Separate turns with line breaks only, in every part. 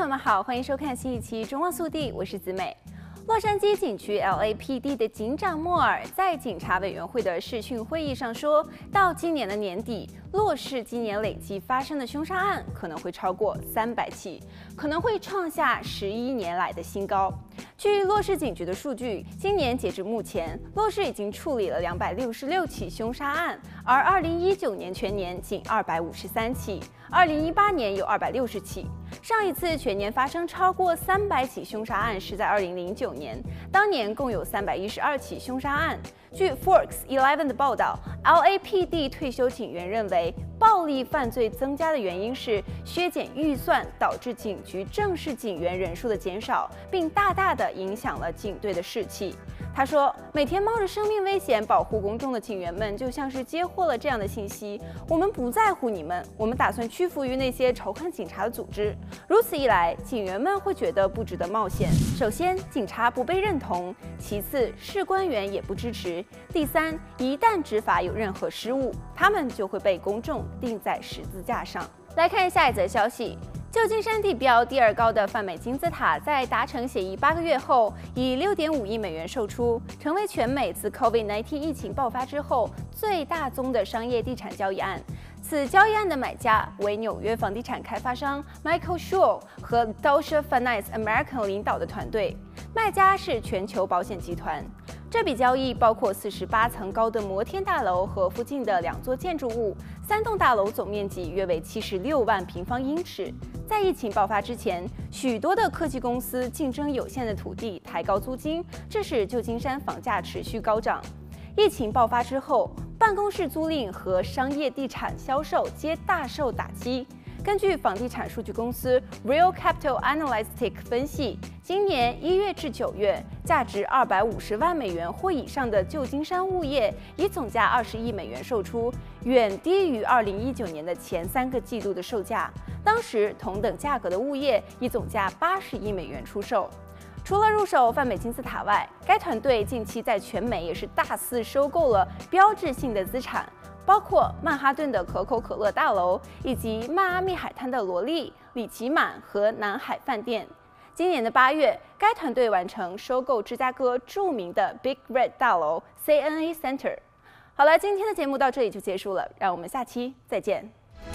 友们好，欢迎收看新一期《中望速递》，我是子美。洛杉矶警区 LAPD 的警长莫尔在警察委员会的视讯会议上说，到今年的年底，洛市今年累计发生的凶杀案可能会超过300起，可能会创下11年来的新高。据洛市警局的数据，今年截至目前，洛市已经处理了266起凶杀案，而2019年全年仅253起，2018年有260起。上一次全年发生超过300起凶杀案是在2009年，当年共有312起凶杀案。据 Fox 11的报道 ，LAPD 退休警员认为，暴力犯罪增加的原因是削减预算导致警局正式警员人数的减少，并大大的影响了警队的士气。他说，每天冒着生命危险保护公众的警员们就像是接获了这样的信息：我们不在乎你们，我们打算屈服于那些仇恨警察的组织。如此一来，警员们会觉得不值得冒险。首先，警察不被认同；其次，市官员也不支持；第三，一旦执法有任何失误，他们就会被公众钉在十字架上。来看下一则消息。旧金山地标第2高的泛美金字塔在达成协议8个月后，以6.5亿美元售出，成为全美自 COVID-19 疫情爆发之后最大宗的商业地产交易案。此交易案的买家为纽约房地产开发商 Michael Schur 和 Deutsche Finance American 领导的团队，卖家是全球保险集团。这笔交易包括48层高的摩天大楼和附近的2座建筑物，3栋大楼总面积约为76万平方英尺。在疫情爆发之前，许多的科技公司竞争有限的土地，抬高租金，致使旧金山房价持续高涨。疫情爆发之后，办公室租赁和商业地产销售皆大受打击。根据房地产数据公司 Real Capital Analytics 分析，今年1月至9月，价值250万美元或以上的旧金山物业以总价20亿美元售出，远低于2019年的前3个季度的售价。当时同等价格的物业以总价80亿美元出售。除了入手泛美金字塔外，该团队近期在全美也是大肆收购了标志性的资产，包括曼哈顿的可口可乐大楼，以及迈阿密海滩的罗利、里奇满和南海饭店。今年的8月，该团队完成收购芝加哥著名的 Big Red 大楼 CNA Center。好了，今天的节目到这里就结束了，让我们下期再见。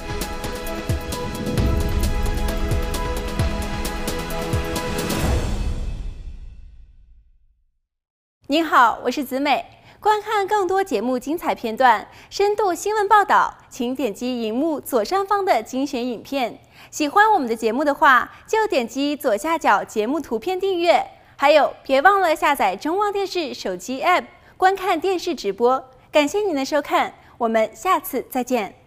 您好，我是子美。观看更多节目精彩片段、深度新闻报道，请点击荧幕左上方的精选影片。喜欢我们的节目的话，就点击左下角节目图片订阅。还有，别忘了下载中望电视手机 App， 观看电视直播。感谢您的收看，我们下次再见。